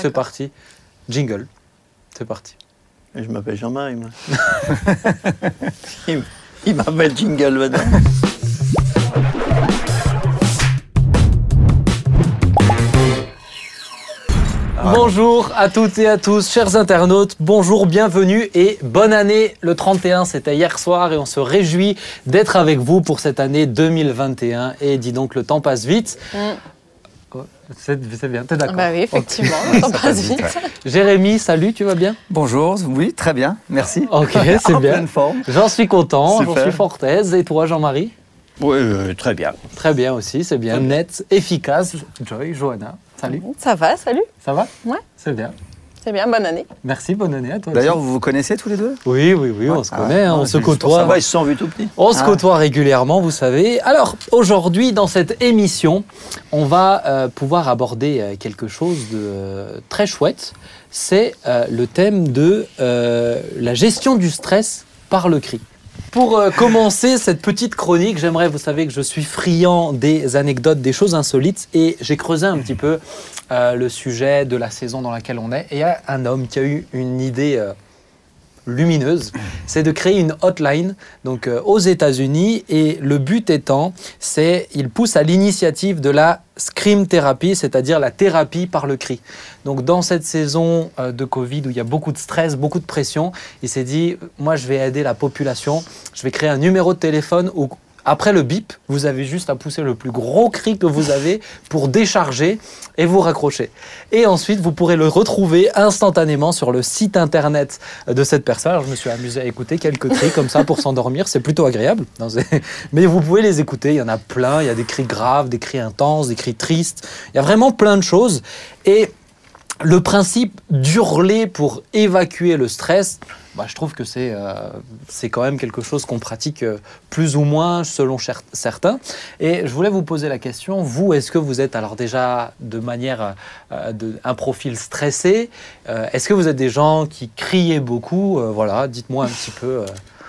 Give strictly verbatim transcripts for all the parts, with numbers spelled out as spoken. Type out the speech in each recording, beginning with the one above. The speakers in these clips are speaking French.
c'est parti. Jingle, c'est parti. Je m'appelle Jean-Marie, moi. il, il m'appelle Jingle maintenant. Bonjour à toutes et à tous, chers internautes, bonjour, bienvenue et bonne année. Le trente et un, c'était hier soir et on se réjouit d'être avec vous pour cette année deux mille vingt et un. Et dis donc, le temps passe vite. Mm. Oh, c'est, c'est bien, t'es d'accord? Bah oui, effectivement, le temps passe vite. Ouais. Jérémy, salut, tu vas bien? Bonjour, oui, très bien, merci. Ok, c'est en bien. Pleine forme. J'en suis content, Super. J'en suis fort aise. Et toi, Jean-Marie? Oui, euh, très bien. Très bien aussi, c'est bien, net, efficace. Joy, Johanna, salut. Ça va, salut. Ça va? Ouais. C'est bien. C'est bien, bonne année. Merci, bonne année à toi. D'ailleurs, aussi. vous vous connaissez tous les deux? Oui, oui, oui, ouais. on se connaît, ah, hein, ouais, on se juste pour côtoie. Ça va, ils se sont vus tout petits. On se Ah. côtoie régulièrement, vous savez. Alors, aujourd'hui, dans cette émission, on va euh, pouvoir aborder euh, quelque chose de euh, très chouette. C'est euh, le thème de euh, la gestion du stress par le cri. Pour euh, commencer cette petite chronique, j'aimerais, vous savez que je suis friand des anecdotes, des choses insolites, et j'ai creusé un petit peu euh, le sujet de la saison dans laquelle on est. Et il y a un homme qui a eu une idée euh, lumineuse, c'est de créer une hotline donc, euh, aux États-Unis, et le but étant, c'est il pousse à l'initiative de la scream therapy, c'est-à-dire la thérapie par le cri. Donc dans cette saison euh, de Covid où il y a beaucoup de stress, beaucoup de pression, il s'est dit, moi je vais aider la population, je vais créer un numéro de téléphone où après le bip, vous avez juste à pousser le plus gros cri que vous avez pour décharger et vous raccrocher. Et ensuite, vous pourrez le retrouver instantanément sur le site internet de cette personne. Alors, je me suis amusé à écouter quelques cris comme ça pour s'endormir. C'est plutôt agréable. Non, c'est... Mais vous pouvez les écouter. Il y en a plein. Il y a des cris graves, des cris intenses, des cris tristes. Il y a vraiment plein de choses. Et le principe d'hurler pour évacuer le stress, bah, je trouve que c'est, euh, c'est quand même quelque chose qu'on pratique euh, plus ou moins selon cher- certains. Et je voulais vous poser la question, vous, est-ce que vous êtes alors déjà de manière, euh, de, un profil stressé, euh, est-ce que vous êtes des gens qui criez beaucoup, euh, voilà, dites-moi un petit peu. Euh,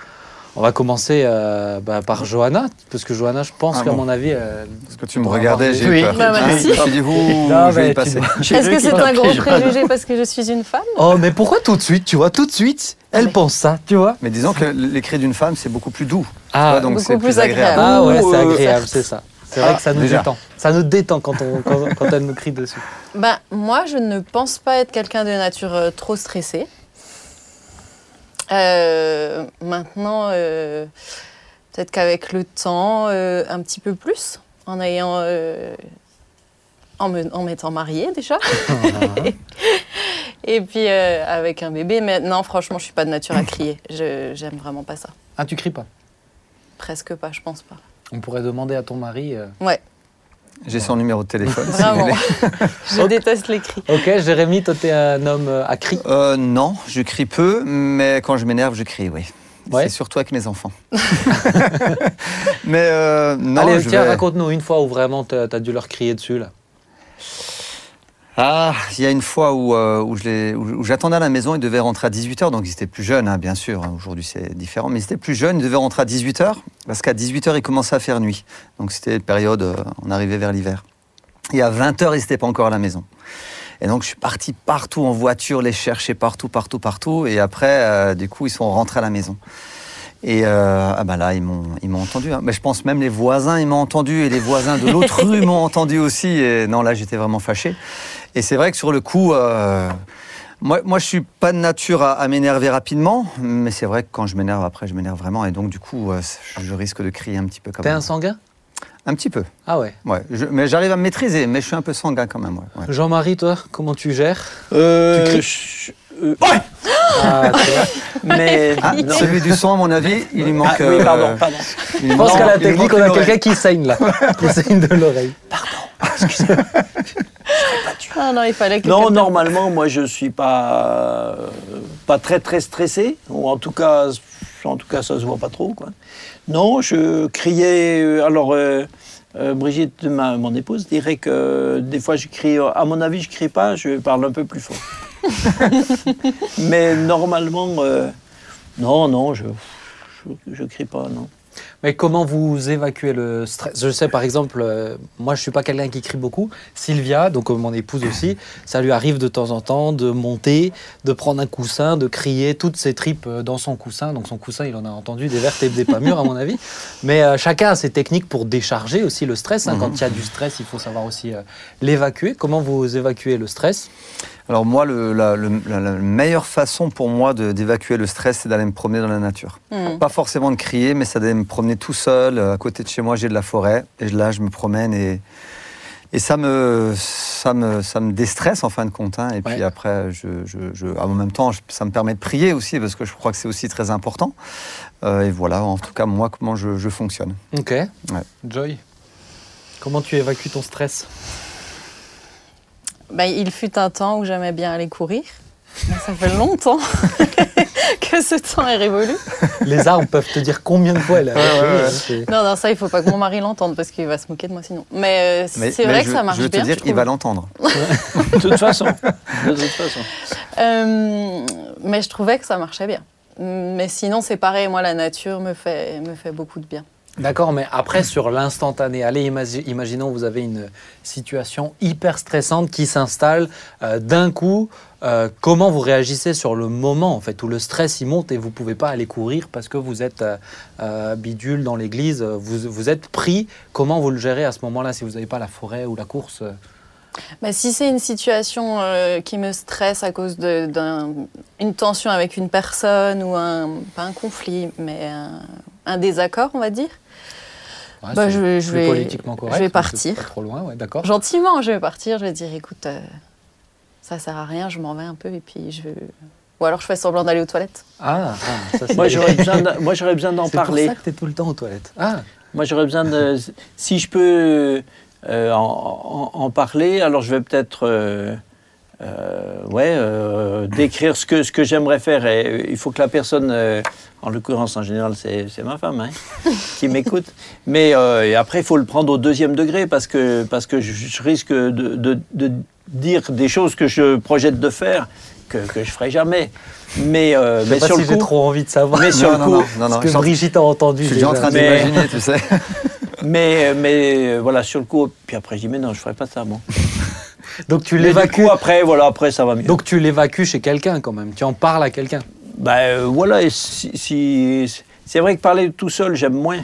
on va commencer euh, bah, par Johanna, parce que Johanna, je pense ah qu'à bon. mon avis... Euh, parce que tu me regardais, j'ai oui. eu peur. Bah, merci. Je me suis dit, vous, non, je vais y passer. Est-ce que c'est un gros préjugé parce que je suis une femme? Oh, mais pourquoi tout de suite, tu vois, tout de suite, elle mais... pense ça, tu vois. Mais disons que les cris d'une femme, c'est beaucoup plus doux. Ah, vois, donc beaucoup c'est plus, plus agréable. Ah ouais, c'est euh, agréable, c'est ça. C'est vrai ah, que ça nous déjà. détend. Ça nous détend quand, on, quand, quand elle nous crie dessus. Ben, moi, je ne pense pas être quelqu'un de nature euh, trop stressée. Euh, maintenant, euh, peut-être qu'avec le temps, euh, un petit peu plus, en ayant, euh, en, me, en m'étant mariée déjà, et puis euh, avec un bébé. Mais non, franchement, je suis pas de nature à crier. Je, j'aime vraiment pas ça. Ah, tu cries pas? Presque pas, je pense pas. On pourrait demander à ton mari. Euh... Ouais. J'ai son numéro de téléphone. Vraiment. Je okay. déteste les cris. Ok, Jérémy, toi, t'es un homme à cri? euh, Non, je crie peu, mais quand je m'énerve, je crie, oui. Ouais. C'est surtout avec mes enfants. mais euh, non, Allez, je tiens, vais... raconte-nous une fois où vraiment t'as, t'as dû leur crier dessus, là. Ah, il y a une fois où, euh, où, je les, où, où j'attendais à la maison, ils devaient rentrer à dix-huit heures, donc ils étaient plus jeunes, hein, bien sûr, aujourd'hui c'est différent, mais ils étaient plus jeunes, ils devaient rentrer à dix-huit heures, parce qu'à dix-huit heures, il commençait à faire nuit. Donc c'était une période, euh, on arrivait vers l'hiver. Et à vingt heures, ils n'étaient pas encore à la maison. Et donc je suis parti partout en voiture, les chercher partout, partout, partout, et après, euh, du coup, ils sont rentrés à la maison. Et euh, ah ben là, ils m'ont, ils m'ont entendu. Hein. Mais je pense même les voisins, ils m'ont entendu, et les voisins de l'autre rue m'ont entendu aussi. Et non, là, j'étais vraiment fâché. Et c'est vrai que sur le coup, euh, moi, moi, je suis pas de nature à, à m'énerver rapidement, mais c'est vrai que quand je m'énerve, après, je m'énerve vraiment. Et donc, du coup, euh, je risque de crier un petit peu. Comme T'es même. un sanguin? Un petit peu. Ah ouais. Ouais. Je, mais j'arrive à me maîtriser, mais je suis un peu sanguin quand même. Ouais, ouais. Jean-Marie, toi, comment tu gères? euh, Tu cries je, euh, ouais. Ah, mais ah, celui du son, à mon avis, il lui manque. Ah, oui, pardon, pardon. Je pense qu'à la technique, on a quelqu'un qui saigne là, qui saigne de l'oreille. Pardon, excusez-moi. Ah non, il fallait que. Non, normalement, moi, je suis pas euh, pas très très stressé, ou en tout cas, en tout cas, ça se voit pas trop, quoi. Non, je criais. Euh, alors, euh, euh, Brigitte, ma, mon épouse, dirait que euh, des fois, je crie. À mon avis, je crie pas, je parle un peu plus fort. Mais normalement, euh, non, non, je, je, je crie pas, non. Mais comment vous évacuez le stress? Je sais par exemple, euh, moi je suis pas quelqu'un qui crie beaucoup. Sylvia, donc euh, mon épouse aussi, ça lui arrive de temps en temps de monter, de prendre un coussin, de crier toutes ses tripes euh, dans son coussin. Donc son coussin, il en a entendu des vertes et des pas mûres à mon avis. Mais euh, chacun a ses techniques pour décharger aussi le stress. Hein. Mmh. Quand il y a du stress, il faut savoir aussi euh, l'évacuer. Comment vous évacuez le stress? Alors moi, le, la, le, la, la meilleure façon pour moi de, d'évacuer le stress, c'est d'aller me promener dans la nature. Mmh. Pas forcément de crier, mais c'est d'aller me promener tout seul. À côté de chez moi, j'ai de la forêt. Et là, je me promène et, et ça, me, ça, me, ça me déstresse en fin de compte. Hein. Et puis ouais. après, je, je, je, en même temps, je, ça me permet de prier aussi, parce que je crois que c'est aussi très important. Euh, et voilà, en tout cas, moi, comment je, je fonctionne. Ok. Ouais. Joy, comment tu évacues ton stress? Ben, il fut un temps où j'aimais bien aller courir. Mais ça fait longtemps que ce temps est révolu. Les arbres peuvent te dire combien de fois elle a ouais, ouais, ouais. Non, non, ça, il ne faut pas que mon mari l'entende parce qu'il va se moquer de moi sinon. Mais, euh, mais c'est mais vrai je, que ça marche bien. Je veux te bien, dire, il va l'entendre. De toute façon. De toute façon. Euh, mais je trouvais que ça marchait bien. Mais sinon, c'est pareil. Moi, la nature me fait, me fait beaucoup de bien. D'accord, mais après, sur l'instantané, allez, imagi- imaginons vous avez une situation hyper stressante qui s'installe euh, d'un coup. Euh, comment vous réagissez sur le moment, en fait, où le stress il monte et vous ne pouvez pas aller courir parce que vous êtes euh, euh, bidule dans l'église, vous, vous êtes pris. Comment vous le gérez à ce moment-là si vous n'avez pas la forêt ou la course? Bah, si c'est une situation euh, qui me stresse à cause d'une d'un, tension avec une personne ou un, pas un conflit, mais un, un désaccord, on va dire, ouais, bah, je, je, vais, politiquement correct, je vais partir. Pas trop loin, ouais, d'accord. Gentiment, je vais partir, je vais dire écoute, euh, ça sert à rien, je m'en vais un peu et puis je... Ou alors je fais semblant d'aller aux toilettes. Ah, ah ça c'est... Moi j'aurais besoin, de, moi, j'aurais besoin d'en c'est parler. C'est pour ça que tu es tout le temps aux toilettes. Ah. Moi j'aurais besoin de... Si je peux euh, en, en, en parler, alors je vais peut-être... Euh, Euh, ouais, euh, décrire ce que, ce que j'aimerais faire. Et il faut que la personne, euh, en l'occurrence en général c'est, c'est ma femme, hein, qui m'écoute. Mais euh, et après il faut le prendre au deuxième degré parce que, parce que je, je risque de, de, de dire des choses que je projette de faire que, que je ne ferai jamais. Mais, euh, je mais sais pas sur si le j'ai coup, trop envie de savoir. Mais sur non, le coup, non, non, non, ce que non, Brigitte a entendu. Je suis déjà en train mais, d'imaginer, tu sais. Mais, mais voilà, sur le coup, puis après je dis mais non, je ne ferai pas ça, bon. Donc tu Mais l'évacues. du coup, après, voilà, après ça va mieux. Donc tu l'évacues chez quelqu'un quand même. Tu en parles à quelqu'un. Ben euh, voilà, et si, si, c'est vrai que parler tout seul, j'aime moins.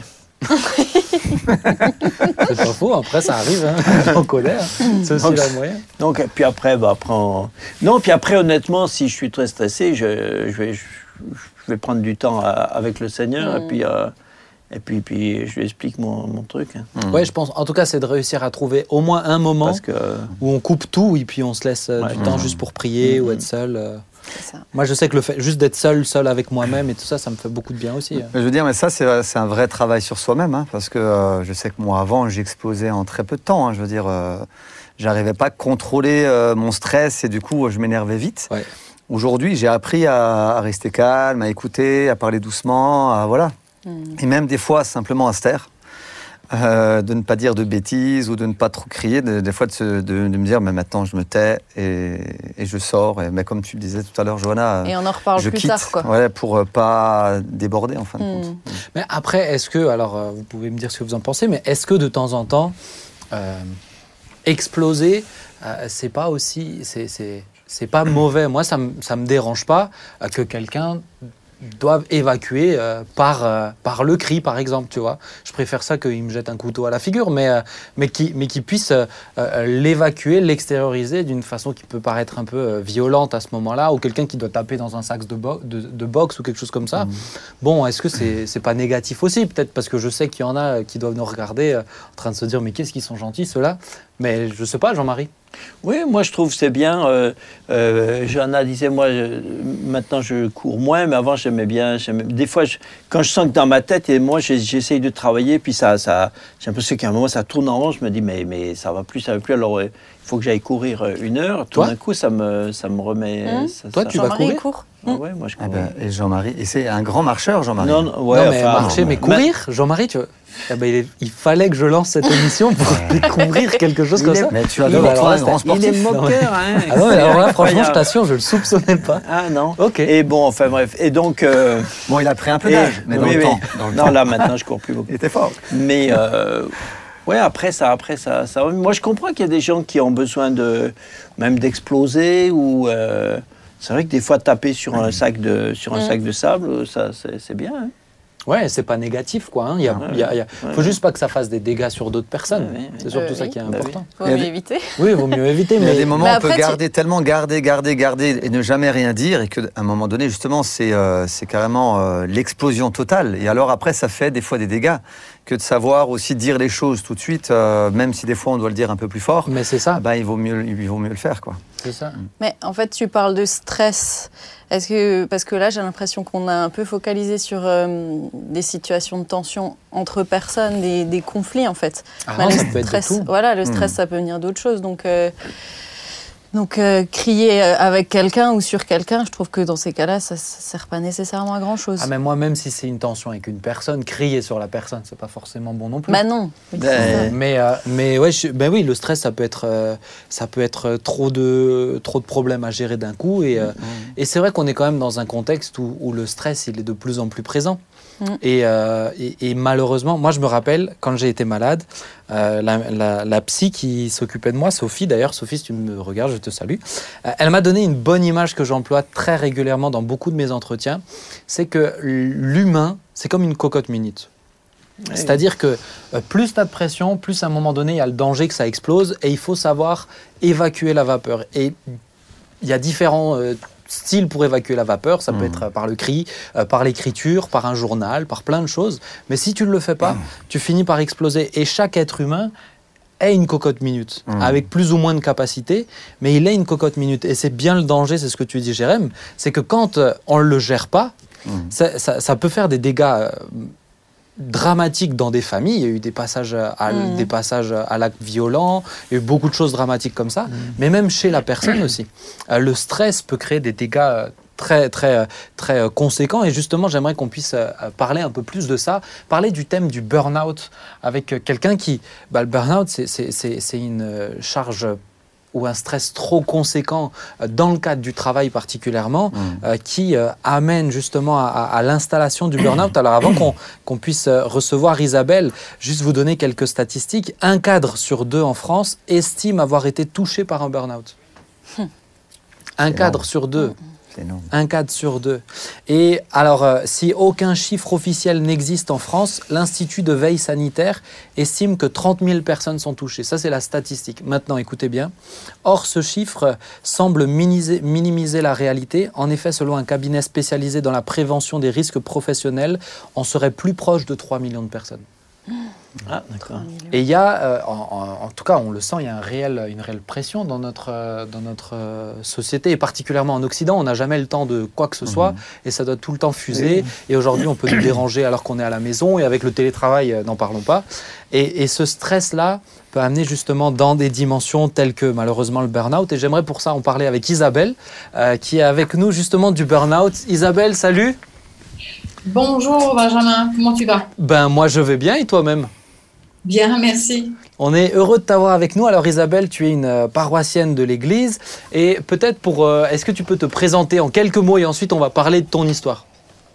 C'est pas faux. Après ça arrive, hein. En colère. C'est aussi donc, la moyen. Donc puis après, bah après, on... non, puis après honnêtement, si je suis très stressé, je, je vais, je, je vais prendre du temps à, avec le Seigneur mmh. et puis. Euh, Et puis, puis je lui explique mon, mon truc. Hein. Mmh. Ouais, je pense. En tout cas, c'est de réussir à trouver au moins un moment Parce que, où on coupe tout et puis on se laisse ouais. du mmh. temps juste pour prier mmh. ou être seul. Euh... C'est ça. Moi, je sais que le fait juste d'être seul, seul avec moi-même et tout ça, ça me fait beaucoup de bien aussi. Je veux dire, mais ça, c'est, c'est un vrai travail sur soi-même, hein, parce que euh, je sais que moi, avant, j'explosais en très peu de temps. Hein, je veux dire, euh, j'arrivais pas à contrôler euh, mon stress et du coup, je m'énervais vite. Ouais. Aujourd'hui, j'ai appris à, à rester calme, à écouter, à parler doucement, à voilà. Et même des fois, simplement à se taire, euh, de ne pas dire de bêtises ou de ne pas trop crier, de, des fois de, se, de, de me dire, mais maintenant je me tais et, et je sors. Et, mais comme tu le disais tout à l'heure, Johanna, et on en reparle je plus quitte, tard, quoi. Ouais, pour ne pas déborder en fin de mmh. compte. Mais après, est-ce que, alors vous pouvez me dire ce que vous en pensez, mais est-ce que de temps en temps, euh, exploser, euh, c'est pas aussi, c'est, c'est, c'est pas mauvais. Moi, ça me, ça me dérange pas euh, que quelqu'un doivent évacuer euh, par, euh, par le cri, par exemple, tu vois. Je préfère ça qu'il me jette un couteau à la figure, mais, euh, mais qu'il mais qu'il puisse euh, euh, l'évacuer, l'extérioriser d'une façon qui peut paraître un peu euh, violente à ce moment-là, ou quelqu'un qui doit taper dans un sac de, bo- de, de boxe ou quelque chose comme ça. Mmh. Bon, est-ce que c'est, c'est pas négatif aussi? Peut-être parce que je sais qu'il y en a qui doivent nous regarder euh, en train de se dire, mais qu'est-ce qu'ils sont gentils, ceux-là? Mais je sais pas, Jean-Marie. Oui, moi je trouve que c'est bien. Euh, euh, Johanna disait, moi, je, maintenant je cours moins, mais avant j'aimais bien. J'aimais, des fois, je, quand je sens que dans ma tête, et moi j'ai, j'essaye de travailler, puis ça, ça, j'ai l'impression qu'à un moment ça tourne en rond, je me dis, mais, mais ça va plus, ça va plus, alors il euh, faut que j'aille courir une heure. Tout Toi d'un coup, ça me, ça me remet. Mmh. Ça, Toi, ça, tu ça, vas Jean-Marie courir court. Ah ouais, moi je Ah courais. ben, et Jean-Marie, et c'est un grand marcheur, Jean-Marie. Non, non, ouais, non, mais enfin, marcher, mais courir, Jean-Marie, tu vois. Eh ben, il, est- il fallait que je lance cette émission pour découvrir quelque chose Il comme est- ça. Mais tu as Non, devant mais toi alors un là, grand c'était- sportif. il est moqueur, hein. Ah non, mais alors là, franchement, je Incroyable. t'assure, je le soupçonnais pas. Ah non. Ok. Et bon, enfin bref. Et donc. euh, Bon, il a pris un peu et- d'âge, mais dans oui, le oui. temps. Dans le Non, temps. là maintenant, je cours plus beaucoup. Il était fort. Mais euh, ouais, après ça, après ça, ça. Moi, je comprends qu'il y a des gens qui ont besoin de même d'exploser ou. euh, c'est vrai que des fois taper sur un sac de sur un Mm. sac de sable, ça, c'est, c'est bien. Hein. Ouais, c'est pas négatif, quoi. hein. Il y a, Ouais, il y a- il y a- ouais. faut juste pas que ça fasse des dégâts sur d'autres personnes. Ouais, ouais, C'est surtout Euh, ça oui. qui est Bah important. Faut Il y a mieux des- éviter. Oui, il vaut mieux éviter, Mais il y a mais des moments Mais où on peut après, garder, tellement garder, garder, garder et ne jamais rien dire, et qu'à un moment donné, justement, c'est euh, c'est carrément euh, l'explosion totale. Et alors après, ça fait des fois des dégâts. Que de savoir aussi dire les choses tout de suite, euh, même si des fois on doit le dire un peu plus fort, mais c'est ça. ben, il, vaut mieux, il vaut mieux le faire, quoi. C'est ça. Mais en fait, tu parles de stress. Est-ce que parce que là, j'ai l'impression qu'on a un peu focalisé sur euh, des situations de tension entre personnes, des, des conflits en fait. Ah Bah, non, le ça peut être de stress, tout. voilà, le stress, Mm. ça peut venir d'autres choses. Donc, euh, donc euh, crier avec quelqu'un ou sur quelqu'un, je trouve que dans ces cas-là, ça ne sert pas nécessairement à grand-chose. Ah, mais moi, même si c'est une tension avec une personne, crier sur la personne, c'est pas forcément bon non plus. Bah non. Oui, c'est Ben, ça. Mais, euh, mais ouais, je- ben oui, le stress, ça peut être, euh, ça peut être trop de, trop de problèmes à gérer d'un coup. Et, euh, et c'est vrai qu'on est quand même dans un contexte où, où le stress, il est de plus en plus présent. Mm. Et, euh, et, et malheureusement, moi, je me rappelle, quand j'ai été malade, euh, la, la, la psy qui s'occupait de moi, Sophie, d'ailleurs, Sophie, si tu me regardes, je te salue, euh, elle m'a donné une bonne image que j'emploie très régulièrement dans beaucoup de mes entretiens. C'est que l'humain, c'est comme une cocotte minute. Ouais. C'est-à-dire que euh, plus tu as de pression, plus à un moment donné, il y a le danger que ça explose et il faut savoir évacuer la vapeur. Et il y a différents euh, styles pour évacuer la vapeur. Ça peut Mmh. être euh, par le cri, euh, par l'écriture, par un journal, par plein de choses. Mais si tu ne le fais pas, tu finis par exploser. Et chaque être humain est une cocotte minute, Mmh. avec plus ou moins de capacité, mais il est une cocotte minute. Et c'est bien le danger, c'est ce que tu dis, Jérém, c'est que quand euh, on ne le gère pas, Mmh. ça, ça- ça peut faire des dégâts euh, dramatiques dans des familles. Il y a eu des passages à, Mhm. des passages à l'acte violent, il y a eu beaucoup de choses dramatiques comme ça, mais même chez la personne aussi. Euh, le stress peut créer des dégâts euh, très, très, euh, très euh, conséquents. Et justement, j'aimerais qu'on puisse euh, parler un peu plus de ça, parler du thème du burn-out avec euh, quelqu'un qui... Bah, le burn-out, c'est- c'est c'est- c'est une euh, charge ou un stress trop conséquent euh, dans le cadre du travail particulièrement, Mmh. euh, qui euh, amène justement à, à- à l'installation du burn-out. Alors avant qu'on qu'on puisse euh, recevoir Isabelle, juste vous donner quelques statistiques. Un cadre sur deux en France estime avoir été touché par un burn-out. Un C'est cadre énorme. sur deux. C'est énorme. Un cadre sur deux. Et alors, euh, si aucun chiffre officiel n'existe en France, l'Institut de veille sanitaire estime que trente mille personnes sont touchées. Ça, c'est la statistique. Maintenant, écoutez bien. Or, ce chiffre semble minimiser, minimiser la réalité. En effet, selon un cabinet spécialisé dans la prévention des risques professionnels, on serait plus proche de trois millions de personnes. Ah, d'accord. Et il y a, euh, en, en- en tout cas, on le sent, il y a un réel, une réelle pression dans notre, euh, dans notre euh, société, et particulièrement en Occident. On n'a jamais le temps de quoi que ce soit, et ça doit tout le temps fuser. Et aujourd'hui, on peut nous déranger alors qu'on est à la maison, et avec le télétravail, euh, n'en parlons pas. Et, et ce stress-là peut amener justement dans des dimensions telles que malheureusement le burn-out. Et j'aimerais pour ça en parler avec Isabelle, euh, qui est avec nous justement du burn-out. Isabelle, salut. Bonjour Benjamin, comment tu vas? Ben moi je vais bien, et toi-même? Bien, merci. On est heureux de t'avoir avec nous. Alors Isabelle, tu es une euh, paroissienne de l'Église. Et peut-être pour... euh, est-ce que tu peux te présenter en quelques mots et ensuite on va parler de ton histoire?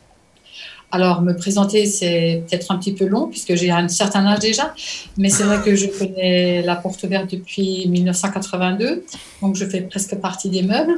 Alors, me présenter, c'est peut-être un petit peu long puisque j'ai un certain âge déjà, mais c'est vrai que je connais la Porte Ouverte depuis mille neuf cent quatre-vingt-deux, donc je fais presque partie des meubles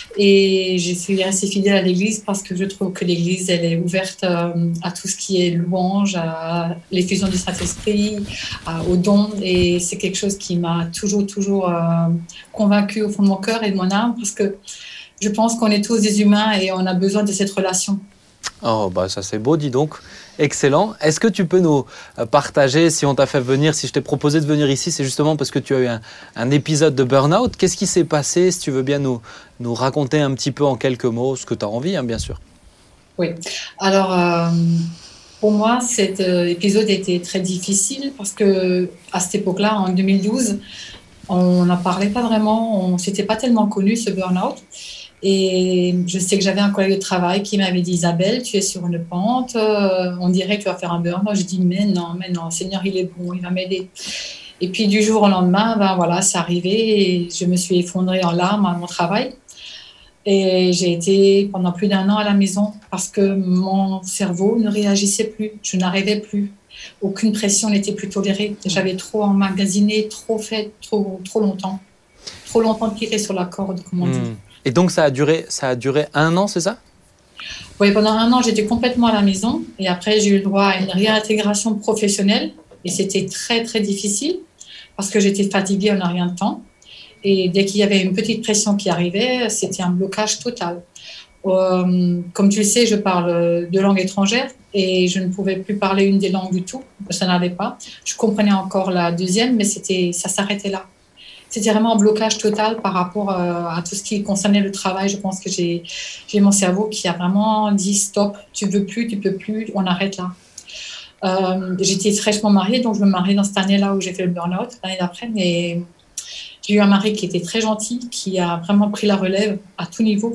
et je suis assez fidèle à l'Église parce que je trouve que l'Église, elle est ouverte euh, à tout ce qui est louange, à l'effusion du Saint-Esprit, à- aux dons, et c'est quelque chose qui m'a toujours, toujours euh, convaincue au fond de mon cœur et de mon âme parce que je pense qu'on est tous des humains et on a besoin de cette relation. Oh, bah ça c'est beau, dis donc. Excellent. Est-ce que tu peux nous euh, partager, si on t'a fait venir, si je t'ai proposé de venir ici, c'est justement parce que tu as eu un, un épisode de burn-out. Qu'est-ce qui s'est passé, si tu veux bien nous, nous raconter un petit peu en quelques mots, ce que tu as envie, hein, bien sûr. Oui. Alors, euh, pour moi, cet euh, épisode était très difficile parce que à cette époque-là, en deux mille douze, on n'en parlait pas vraiment, on s'était pas tellement connu ce burn-out. Et je sais que j'avais un collègue de travail qui m'avait dit « Isabelle, tu es sur une pente, euh, on dirait que tu vas faire un burn-out ». J'ai dit « mais non, mais non, Seigneur, il est bon, il va m'aider ». Et puis du jour au lendemain, ben voilà, c'est arrivé et je me suis effondrée en larmes à mon travail. Et j'ai été pendant plus d'un an à la maison parce que mon cerveau ne réagissait plus, je n'arrivais plus. Aucune pression n'était plus tolérée. J'avais trop emmagasiné, trop fait, trop, trop longtemps. Trop longtemps tiré sur la corde, comme on dit. Mmh. Et donc, ça a duré, ça a duré un an, c'est ça ? Oui, pendant un an, j'étais complètement à la maison. Et après, j'ai eu le droit à une réintégration professionnelle. Et c'était très, très difficile parce que j'étais fatiguée en un rien de temps. Et dès qu'il y avait une petite pression qui arrivait, c'était un blocage total. Euh, comme tu le sais, je parle deux langues étrangères et je ne pouvais plus parler une des langues du tout. Ça n'allait pas. Je comprenais encore la deuxième, mais c'était, ça s'arrêtait là. C'était vraiment un blocage total par rapport à tout ce qui concernait le travail. Je pense que j'ai, j'ai mon cerveau qui a vraiment dit stop, tu veux plus, tu peux plus, on arrête là. Euh, j'étais fraîchement mariée, donc je me mariais dans cette année-là où j'ai fait le burn-out, l'année d'après, mais j'ai eu un mari qui était très gentil, qui a vraiment pris la relève à tout niveau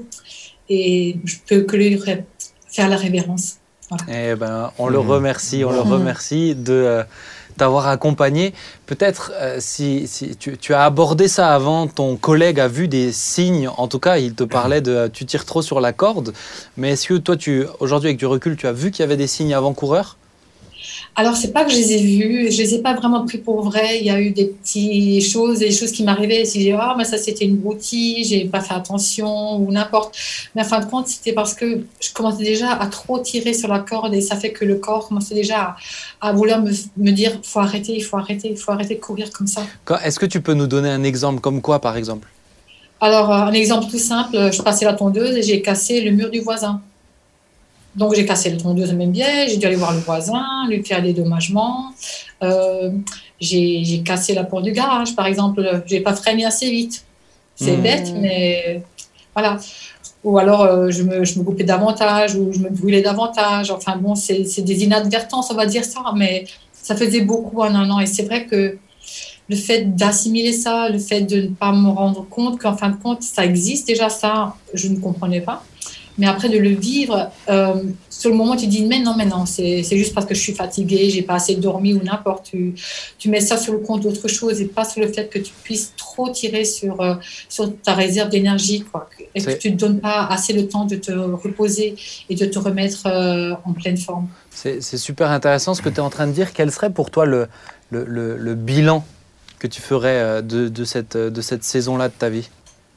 et je peux que lui faire la révérence. Voilà. Eh ben, on mmh. le remercie, on mmh. le remercie de... Euh, t'avoir accompagné. Peut-être, euh, si, si tu, tu as abordé ça avant, ton collègue a vu des signes, en tout cas, il te parlait de tu tires trop sur la corde, mais est-ce que toi, tu, aujourd'hui, avec du recul, tu as vu qu'il y avait des signes avant-coureurs ? Alors, c'est pas que je les ai vus, je les ai pas vraiment pris pour vrai. Il y a eu des petites choses, des choses qui m'arrivaient. Et je disais, ah, mais ça, c'était une broutille, j'ai pas fait attention ou n'importe. Mais en fin de compte, c'était parce que je commençais déjà à trop tirer sur la corde et ça fait que le corps commençait déjà à, à vouloir me, me dire, faut arrêter, il faut arrêter, il faut arrêter de courir comme ça. Quand, est-ce que tu peux nous donner un exemple comme quoi, par exemple ? Alors, un exemple tout simple, je passais la tondeuse et j'ai cassé le mur du voisin. Donc, j'ai cassé la tondeuse même bien, j'ai dû aller voir le voisin, lui faire des dédommagements. Euh, j'ai, j'ai cassé la porte du garage, par exemple. Je n'ai pas freiné assez vite. C'est mmh. bête, mais voilà. Ou alors, euh, je, me, je me coupais davantage ou je me brûlais davantage. Enfin bon, c'est, c'est des inadvertances, on va dire ça, mais ça faisait beaucoup en un an. Et c'est vrai que le fait d'assimiler ça, le fait de ne pas me rendre compte qu'en fin de compte, ça existe déjà, ça, je ne comprenais pas. Mais après, de le vivre, euh, sur le moment, tu dis, mais non, mais non, c'est, c'est juste parce que je suis fatiguée, j'ai pas assez dormi ou n'importe. Tu, tu mets ça sur le compte d'autre chose et pas sur le fait que tu puisses trop tirer sur, euh, sur ta réserve d'énergie, quoi. Et c'est... que tu ne te donnes pas assez le temps de te reposer et de te remettre euh, en pleine forme. C'est, c'est super intéressant ce que tu es en train de dire. Quel serait pour toi le, le, le, le bilan que tu ferais de, de, cette, de cette saison-là de ta vie ?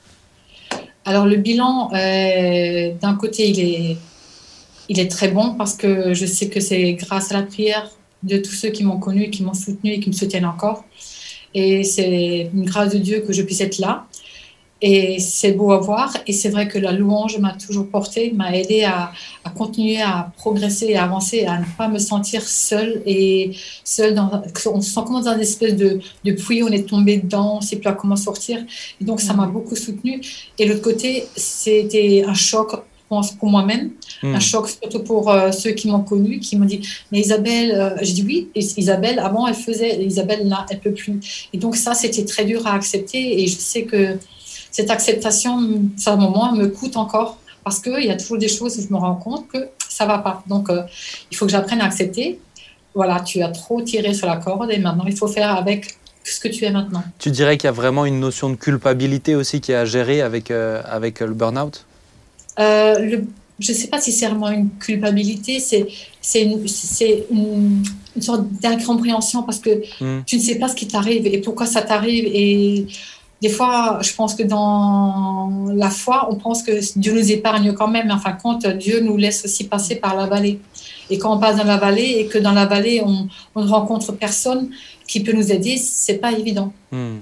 Alors, le bilan, euh, d'un côté, il est, il est très bon parce que je sais que c'est grâce à la prière de tous ceux qui m'ont connue, qui m'ont soutenue et qui me soutiennent encore. Et c'est une grâce de Dieu que je puisse être là. Et c'est beau à voir. Et c'est vrai que la louange m'a toujours portée, m'a aidée à, à continuer à progresser et à avancer, à ne pas me sentir seule. Et seule dans, on se sent comme dans une espèce de, de puits, on est tombé dedans, on ne sait plus à comment sortir. Et donc, ça m'a beaucoup soutenue. Et l'autre côté, c'était un choc, je pense, pour moi-même. Mmh. Un choc surtout pour euh, ceux qui m'ont connue, qui m'ont dit « Mais Isabelle, euh, j'ai dit oui, et Isabelle, avant, elle faisait, Isabelle, là, elle ne peut plus. » Et donc, ça, c'était très dur à accepter. Et je sais que cette acceptation, ça, à un moment, me coûte encore parce qu'il y a toujours des choses où je me rends compte que ça ne va pas. Donc, euh, il faut que j'apprenne à accepter. Voilà, tu as trop tiré sur la corde et maintenant, il faut faire avec ce que tu es maintenant. Tu dirais qu'il y a vraiment une notion de culpabilité aussi qui est à gérer avec, euh, avec le burn-out ? euh, le, Je ne sais pas si c'est vraiment une culpabilité, c'est, c'est, une, c'est une, une sorte d'incompréhension parce que mmh. tu ne sais pas ce qui t'arrive et pourquoi ça t'arrive. Et des fois, je pense que dans la foi, on pense que Dieu nous épargne quand même. Mais en fin de compte, Dieu nous laisse aussi passer par la vallée. Et quand on passe dans la vallée et que dans la vallée, on, on ne rencontre personne qui peut nous aider, ce n'est pas évident. Hmm.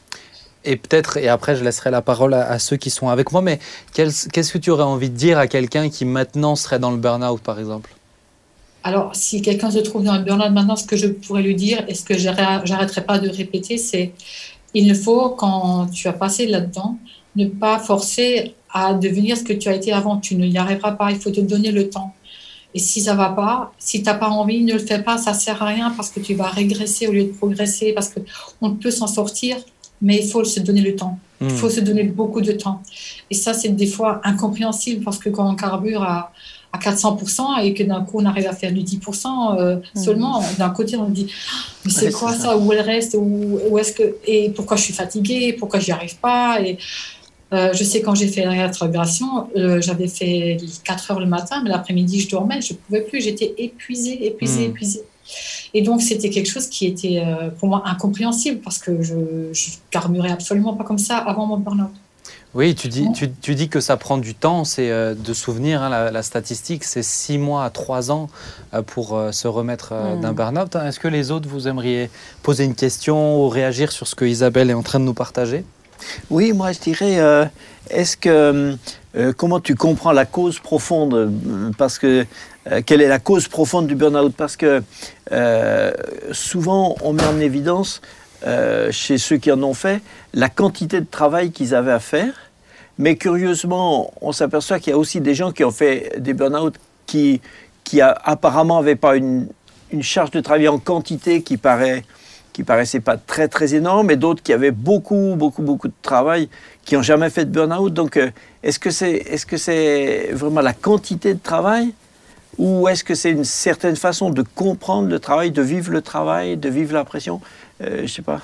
Et peut-être, et après je laisserai la parole à, à ceux qui sont avec moi, mais quel, qu'est-ce que tu aurais envie de dire à quelqu'un qui maintenant serait dans le burn-out, par exemple ? Alors, si quelqu'un se trouve dans le burn-out maintenant, ce que je pourrais lui dire, et ce que je n'arrêterai pas de répéter, c'est il ne faut, quand tu as passé là-dedans, ne pas forcer à devenir ce que tu as été avant. Tu n'y arriveras pas, il faut te donner le temps. Et si ça ne va pas, si tu n'as pas envie, ne le fais pas, ça ne sert à rien parce que tu vas régresser au lieu de progresser, parce qu'on peut s'en sortir mais il faut se donner le temps. Il Mmh. faut se donner beaucoup de temps. Et ça, c'est des fois incompréhensible parce que quand on carbure à, à quatre cents pour cent et que d'un coup on arrive à faire du dix pour cent euh, Mmh. seulement, d'un côté on dit mais c'est Ouais, quoi c'est ça, où elle reste, où, où est-ce que, et pourquoi je suis fatiguée, pourquoi j'y arrive pas. Et euh, je sais quand j'ai fait la rétrogradation, euh, j'avais fait quatre heures le matin, mais l'après-midi je dormais, je pouvais plus, j'étais épuisée, épuisée, Mmh. épuisée. Et donc, c'était quelque chose qui était euh, pour moi incompréhensible parce que je ne carburais absolument pas comme ça avant mon burn-out. Oui, tu dis, Bon. tu, tu dis que ça prend du temps, c'est euh, de souvenir, hein, la, la statistique, c'est six mois à trois ans euh, pour euh, se remettre euh, Mm. d'un burn-out. Est-ce que les autres, vous aimeriez poser une question ou réagir sur ce que Isabelle est en train de nous partager? Oui, moi je dirais, euh, est-ce que, euh, comment tu comprends la cause profonde euh, parce que, euh, quelle est la cause profonde du burn-out? Parce que euh, souvent on met en évidence, euh, chez ceux qui en ont fait, la quantité de travail qu'ils avaient à faire. Mais curieusement, on s'aperçoit qu'il y a aussi des gens qui ont fait des burn-out qui, qui a, apparemment n'avaient pas une, une charge de travail en quantité qui paraît... qui paraissaient pas très très énormes, et d'autres qui avaient beaucoup beaucoup beaucoup de travail, qui n'ont jamais fait de burn-out. Donc, euh, est-ce que c'est est-ce que c'est vraiment la quantité de travail, ou est-ce que c'est une certaine façon de comprendre le travail, de vivre le travail, de vivre la pression? euh, Je sais pas.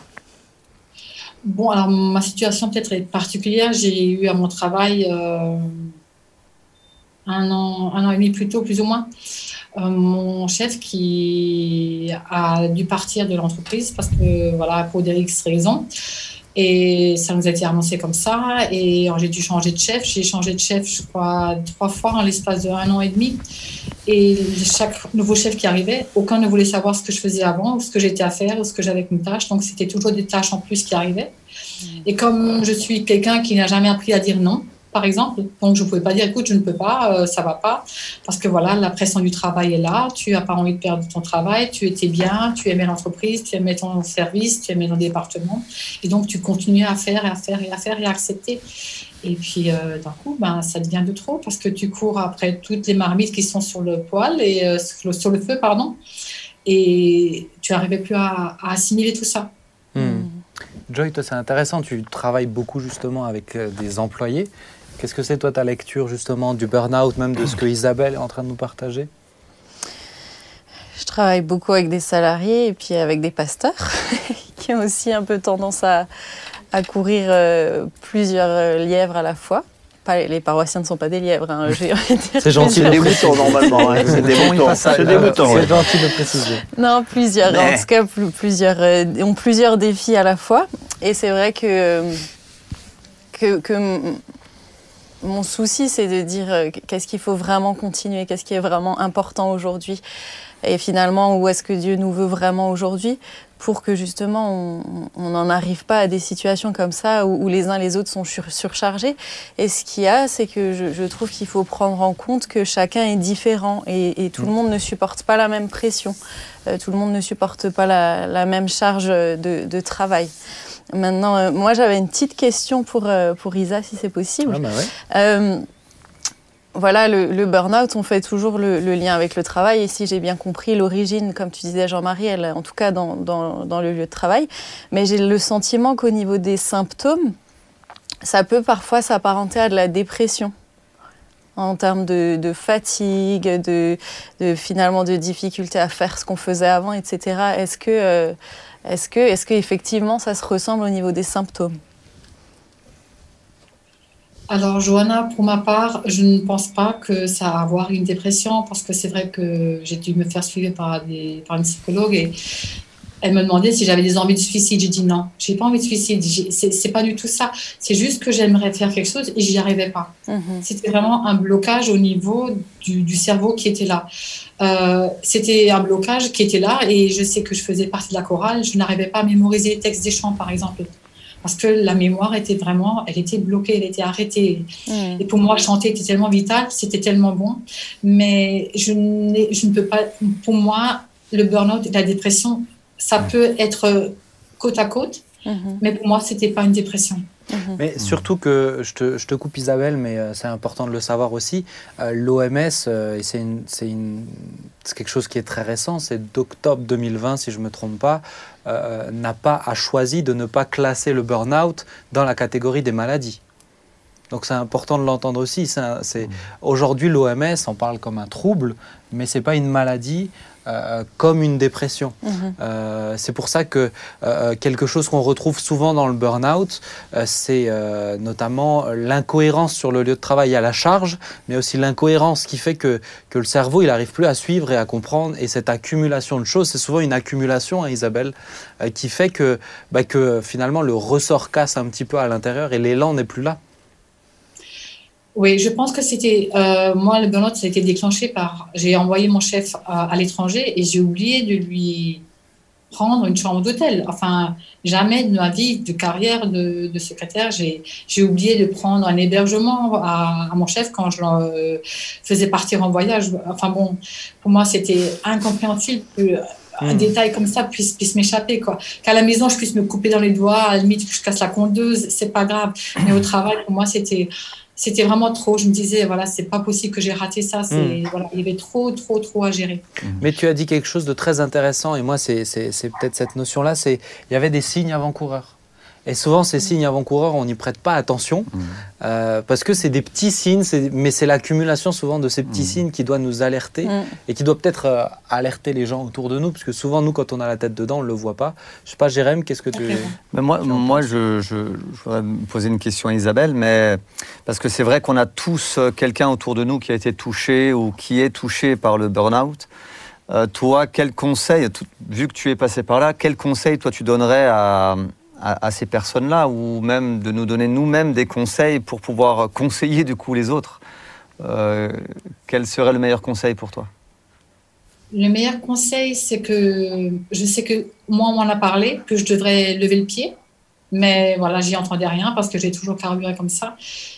Bon, alors ma situation peut-être est particulière. J'ai eu à mon travail euh, un an, un an et demi plus tôt, plus ou moins, euh, mon chef qui a dû partir de l'entreprise parce que, voilà, pour des X raisons. Et ça nous a été annoncé comme ça. Et j'ai dû changer de chef. J'ai changé de chef, je crois, trois fois en l'espace de un an et demi. Et chaque nouveau chef qui arrivait, aucun ne voulait savoir ce que je faisais avant, ou ce que j'étais à faire, ou ce que j'avais comme tâche. Donc, c'était toujours des tâches en plus qui arrivaient. Et comme je suis quelqu'un qui n'a jamais appris à dire non, par exemple, donc je ne pouvais pas dire, écoute, je ne peux pas, euh, ça ne va pas, parce que voilà, la pression du travail est là, tu n'as pas envie de perdre ton travail, tu étais bien, tu aimais l'entreprise, tu aimais ton service, tu aimais ton département, et donc tu continuais à faire et à faire et à faire et à accepter. Et puis euh, d'un coup, ben, ça devient de trop, parce que tu cours après toutes les marmites qui sont sur le poêle, et, euh, sur, le, sur le feu, pardon, et tu n'arrivais plus à, à assimiler tout ça. Hmm. Joy, toi, c'est intéressant, tu travailles beaucoup justement avec euh, des employés. Qu'est-ce que c'est, toi, ta lecture, justement, du burn-out, même de ce que Isabelle est en train de nous partager? Je travaille beaucoup avec des salariés et puis avec des pasteurs qui ont aussi un peu tendance à, à courir euh, plusieurs euh, lièvres à la fois. Pas, les paroissiens ne sont pas des lièvres, hein, j'ai envie de dire. C'est gentil. C'est des moutons normalement. Hein. C'est des Bon, il moutons. passe à- C'est des moutons. C'est ouais. gentil de préciser. Non, plusieurs. Mais- En tout cas, plus- plusieurs euh, ont plusieurs défis à la fois. Et c'est vrai que, que, que m- mon souci, c'est de dire euh, qu'est-ce qu'il faut vraiment continuer, qu'est-ce qui est vraiment important aujourd'hui. Et finalement, où est-ce que Dieu nous veut vraiment aujourd'hui, pour que justement on n'en arrive pas à des situations comme ça où, où les uns les autres sont sur, surchargés. Et ce qu'il y a, c'est que je, je trouve qu'il faut prendre en compte que chacun est différent et, et tout le monde ne supporte pas la même pression. Euh, tout le monde ne supporte pas la, la même charge de, de travail. Maintenant, euh, moi j'avais une petite question pour, euh, pour Isa, si c'est possible. Ah, bah ouais. Euh, Voilà, le, le burn-out, on fait toujours le, le lien avec le travail. Et si j'ai bien compris, l'origine, comme tu disais, Jean-Marie, elle, en tout cas dans, dans, dans le lieu de travail. Mais j'ai le sentiment qu'au niveau des symptômes, ça peut parfois s'apparenter à de la dépression. En termes de, de fatigue, de, de finalement de difficulté à faire ce qu'on faisait avant, et cetera. Est-ce que, euh, est-ce que, est-ce qu'effectivement, ça se ressemble au niveau des symptômes ? Alors, Johanna, pour ma part, je ne pense pas que ça a à voir une dépression, parce que c'est vrai que j'ai dû me faire suivre par, des, par une psychologue et elle me demandait si j'avais des envies de suicide. J'ai dit non, j'ai pas envie de suicide, c'est, c'est pas du tout ça. C'est juste que j'aimerais faire quelque chose et j'y arrivais pas. Mm-hmm. C'était vraiment un blocage au niveau du, du cerveau qui était là. Euh, c'était un blocage qui était là et je sais que je faisais partie de la chorale, je n'arrivais pas à mémoriser les textes des chants, par exemple. Parce que la mémoire était vraiment, elle était bloquée, elle était arrêtée. Mmh. Et pour moi, chanter était tellement vital, c'était tellement bon. Mais je, n'ai, je ne peux pas, pour moi, le burn-out et la dépression, ça peut être côte à côte. Mmh. Mais pour moi, ce n'était pas une dépression. Mais mmh. surtout que, je te, je te coupe Isabelle, mais euh, c'est important de le savoir aussi, euh, l'O M S, euh, et c'est, une, c'est, une, c'est quelque chose qui est très récent, c'est d'octobre deux mille vingt, si je ne me trompe pas, euh, n'a pas a choisi de ne pas classer le burn-out dans la catégorie des maladies. Donc c'est important de l'entendre aussi. C'est un, c'est, mmh. Aujourd'hui, l'O M S en parle comme un trouble, mais ce n'est pas une maladie euh, comme une dépression. Mmh. Euh, c'est pour ça que euh, quelque chose qu'on retrouve souvent dans le burn-out, euh, c'est euh, notamment l'incohérence sur le lieu de travail à la charge, mais aussi l'incohérence qui fait que, que le cerveau il n'arrive plus à suivre et à comprendre. Et cette accumulation de choses, c'est souvent une accumulation, hein, Isabelle, euh, qui fait que, bah, que finalement le ressort casse un petit peu à l'intérieur et l'élan n'est plus là. Oui, je pense que c'était... Euh, moi, le burn-out, ça a été déclenché par... J'ai envoyé mon chef à, à l'étranger et j'ai oublié de lui prendre une chambre d'hôtel. Enfin, jamais de ma vie de carrière de, de secrétaire, j'ai, j'ai oublié de prendre un hébergement à, à mon chef quand je le euh, faisais partir en voyage. Enfin bon, pour moi, c'était incompréhensible que un mmh. détail comme ça puisse, puisse m'échapper, quoi. Qu'à la maison, je puisse me couper dans les doigts, à la limite, que je casse la tondeuse, c'est pas grave. Mais au travail, pour moi, c'était... C'était vraiment trop. Je me disais, voilà, c'est pas possible que j'ai raté ça. C'est, mmh. voilà, il y avait trop, trop, trop à gérer. Mais tu as dit quelque chose de très intéressant, et moi, c'est, c'est, c'est peut-être cette notion-là, c'est il y avait des signes avant-coureurs. Et souvent, ces signes avant-coureurs, on n'y prête pas attention, mmh. euh, parce que c'est des petits signes, c'est, mais c'est l'accumulation souvent de ces petits mmh. signes qui doit nous alerter, mmh. et qui doit peut-être euh, alerter les gens autour de nous, parce que souvent, nous, quand on a la tête dedans, on ne le voit pas. Je ne sais pas, Jérém, qu'est-ce que tu... Okay. Ben moi, tu moi je, je, je voudrais poser une question à Isabelle, mais parce que c'est vrai qu'on a tous quelqu'un autour de nous qui a été touché ou qui est touché par le burn-out. Euh, toi, quel conseil, tout, vu que tu es passé par là, quel conseil, toi, tu donnerais à... À, à ces personnes-là, ou même de nous donner nous-mêmes des conseils pour pouvoir conseiller du coup les autres. Euh, quel serait le meilleur conseil pour toi ? Le meilleur conseil, c'est que je sais que moi, on m'en a parlé, que je devrais lever le pied, mais voilà, j'y entendais rien parce que j'ai toujours carburé comme ça.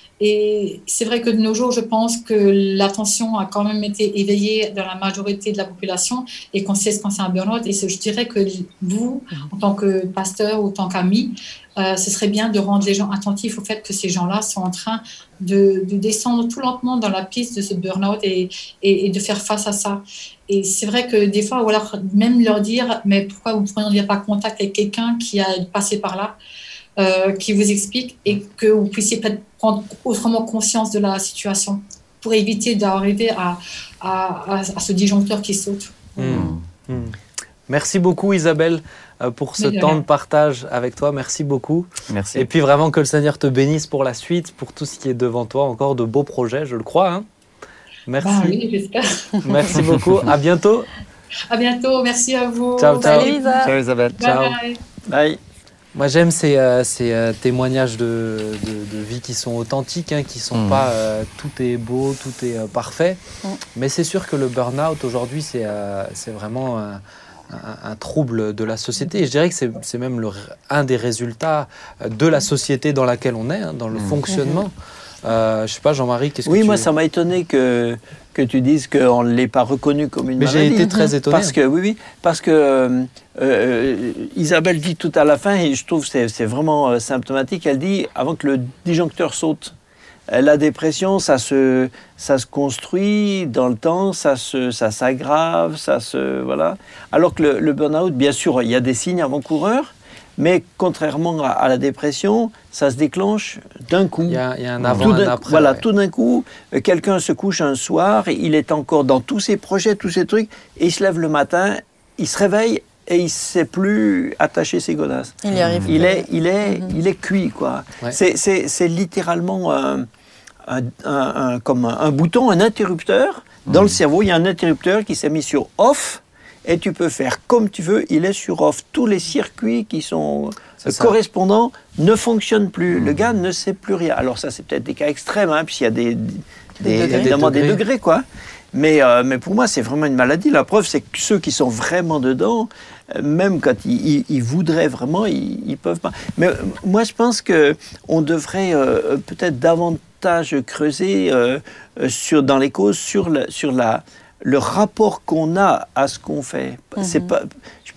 Et c'est vrai que de nos jours, je pense que l'attention a quand même été éveillée dans la majorité de la population et qu'on sait ce qu'on c'est un burn-out. Et je dirais que vous, en tant que pasteur ou en tant qu'ami, euh, ce serait bien de rendre les gens attentifs au fait que ces gens-là sont en train de, de descendre tout lentement dans la piste de ce burn-out et, et, et de faire face à ça. Et c'est vrai que des fois, ou alors même leur dire, mais pourquoi vous ne preniez pas contact avec quelqu'un qui a passé par là ? Euh, qui vous explique et que vous puissiez peut-être prendre autrement conscience de la situation pour éviter d'arriver à, à, à, à ce disjoncteur qui saute. Mmh. Mmh. Merci beaucoup Isabelle pour ce temps de partage avec toi. Merci beaucoup. Merci. Et puis vraiment que le Seigneur te bénisse pour la suite, pour tout ce qui est devant toi. Encore de beaux projets, je le crois. Hein. Merci. Bah oui, j'espère. Merci beaucoup. À bientôt. À bientôt. Merci à vous. Ciao, ciao. Salut, Isa. Ciao Isabelle. Bye, ciao. Bye. Bye. Moi, j'aime ces, euh, ces euh, témoignages de, de, de vie qui sont authentiques, hein, qui ne sont mmh. pas euh, tout est beau, tout est euh, parfait. Mmh. Mais c'est sûr que le burn-out, aujourd'hui, c'est, euh, c'est vraiment un, un, un trouble de la société. Et je dirais que c'est, c'est même le, un des résultats de la société dans laquelle on est, hein, dans le mmh. fonctionnement. Mmh. Euh, je ne sais pas, Jean-Marie, qu'est-ce oui, que tu... Oui, moi, ça m'a étonné que... que tu dises qu'on ne l'ait pas reconnu comme une Mais maladie. j'ai été très étonné. Parce que, oui, oui, parce que euh, euh, Isabelle dit tout à la fin, et je trouve que c'est, c'est vraiment euh, symptomatique, elle dit, avant que le disjoncteur saute, euh, la dépression, ça se, ça se construit dans le temps, ça, se, ça s'aggrave, ça se... Voilà. Alors que le, le burn-out, bien sûr, il y a des signes avant-coureurs, mais contrairement à, à la dépression, ça se déclenche d'un coup. Il y a, il y a un avant et un après. Voilà, ouais. tout d'un coup, euh, quelqu'un se couche un soir, il est encore dans tous ses projets, tous ses trucs, et il se lève le matin, il se réveille et il ne sait plus attacher ses godasses. Il y arrive. Il est, il est, mm-hmm. il est cuit, quoi. Ouais. C'est, c'est, c'est littéralement un, un, un, un, comme un, un bouton, un interrupteur. Dans mm. le cerveau, il y a un interrupteur qui s'est mis sur off. Et tu peux faire comme tu veux, il est sur off. Tous les circuits qui sont correspondants ne fonctionnent plus. Mmh. Le gars ne sait plus rien. Alors ça, c'est peut-être des cas extrêmes, hein, puisqu'il y a des, des, des, évidemment des degrés. des degrés, quoi. Mais, euh, mais pour moi, c'est vraiment une maladie. La preuve, c'est que ceux qui sont vraiment dedans, euh, même quand ils, ils, ils voudraient vraiment, ils ne peuvent pas. Mais euh, moi, je pense qu'on devrait euh, peut-être davantage creuser euh, sur, dans les causes sur, le, sur la... le rapport qu'on a à ce qu'on fait. Mm-hmm. C'est pas, je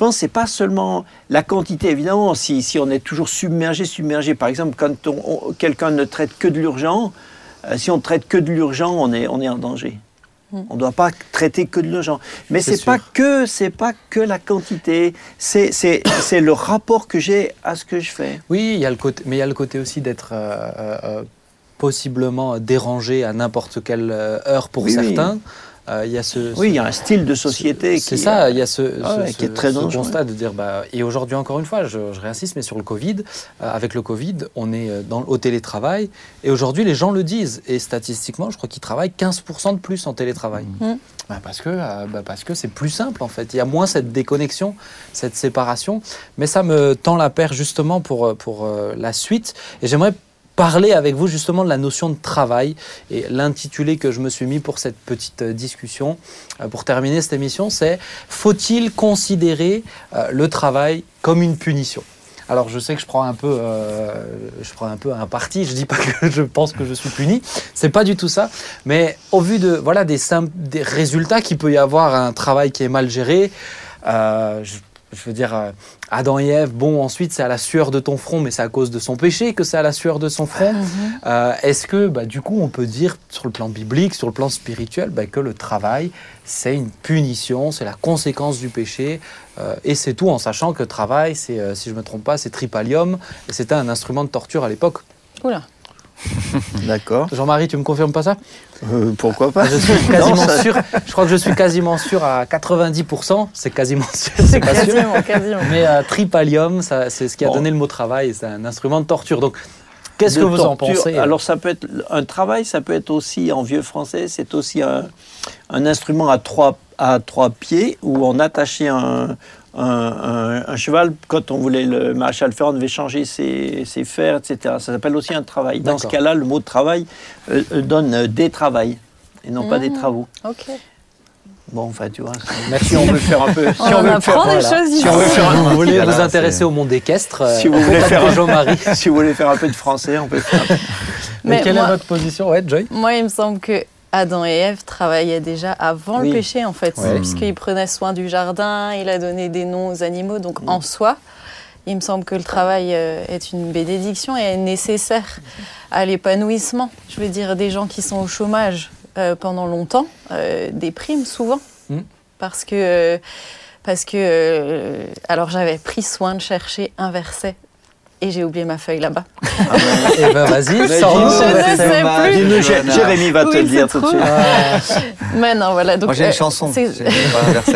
pense que c'est pas seulement la quantité, évidemment, si, si on est toujours submergé, submergé, par exemple, quand on, on, quelqu'un ne traite que de l'urgent, euh, si on traite que de l'urgent, on est, on est en danger. On ne doit pas traiter que de l'urgent. Mais ce n'est pas que, c'est pas que la quantité, c'est, c'est, c'est le rapport que j'ai à ce que je fais. Oui, il y a le côté, mais il y a le côté aussi d'être euh, euh, possiblement dérangé à n'importe quelle heure pour oui, certains. Oui. Euh, il y a ce, ce, oui, il y a un style de société ce, qui, c'est ça, il y a ce, ah ouais, ce, qui est très ce dangereux. constat de dire, bah, et aujourd'hui encore une fois, je, je réinsiste, mais sur le Covid, euh, avec le Covid, on est dans, au télétravail, et aujourd'hui les gens le disent, et statistiquement, je crois qu'ils travaillent quinze pour cent de plus en télétravail. Mmh. Bah, parce que, euh, bah, parce que c'est plus simple en fait, il y a moins cette déconnexion, cette séparation, mais ça me tend la perche justement pour, pour euh, la suite, et j'aimerais parler avec vous justement de la notion de travail et l'intitulé que je me suis mis pour cette petite discussion, euh, pour terminer cette émission, c'est « Faut-il considérer euh, le travail comme une punition ?» Alors je sais que je prends un peu, euh, je prends un peu un parti. Je dis pas que je pense que je suis puni. C'est pas du tout ça. Mais au vu de voilà des, simples, des résultats qu'il peut y avoir un travail qui est mal géré, euh, je, je veux dire, euh, Adam et Ève, bon, ensuite, c'est à la sueur de ton front, mais c'est à cause de son péché que c'est à la sueur de son front. Mm-hmm. Euh, est-ce que, bah, du coup, on peut dire, sur le plan biblique, sur le plan spirituel, bah, que le travail, c'est une punition, c'est la conséquence du péché, euh, et c'est tout, en sachant que le travail, c'est, euh, si je ne me trompe pas, c'est tripalium, et c'était un instrument de torture à l'époque. Oula. D'accord. Jean-Marie, tu me confirmes pas ça ? euh, Pourquoi pas ? Je suis quasiment non, ça... sûr. Je crois que je suis quasiment sûr à quatre-vingt-dix pour cent. C'est quasiment sûr. C'est pas quasiment, sûr. quasiment. Mais euh, tripalium, ça, c'est ce qui a bon. donné le mot travail. C'est un instrument de torture. Donc, qu'est-ce de que vous torture. en pensez ? Alors, ça peut être un travail. Ça peut être aussi en vieux français. C'est aussi un, un instrument à trois à trois pieds où on attachait un Un, un, un cheval, quand on voulait le maréchal Ferrand, devait changer ses, ses fers, et cetera. Ça s'appelle aussi un travail. Dans D'accord. ce cas-là, le mot travail euh, donne euh, des travails et non mmh. pas des travaux. Ok. Bon, enfin, tu vois. Merci. Si on veut faire un peu. On si on, on veut faire des voilà. choses. Si on veut faire un, vous voulez vous intéresser au monde équestre, si vous voulez faire un Jean-Marie. Si vous voulez faire un peu de français, on peut faire. Mais, Mais quelle moi, est votre position, ouais, Joy ? Moi, il me semble que Adam et Ève travaillaient déjà avant oui. le péché, en fait, ouais. puisqu'il prenait soin du jardin, il a donné des noms aux animaux. Donc, oui. en soi, il me semble que le travail est une bénédiction et est nécessaire à l'épanouissement. Je veux dire, des gens qui sont au chômage euh, pendant longtemps euh, dépriment souvent. Mm. Parce que, euh, parce que euh, alors, j'avais pris soin de chercher un verset. Et j'ai oublié ma feuille là-bas. Ah ben, et ben vas-y, sors-nous ce verset. Dis-nous, Jérémy va oui, te le dire tout de suite. Ah. Mais non, voilà. Donc, moi, j'ai euh, une chanson. C'est... J'ai un verset.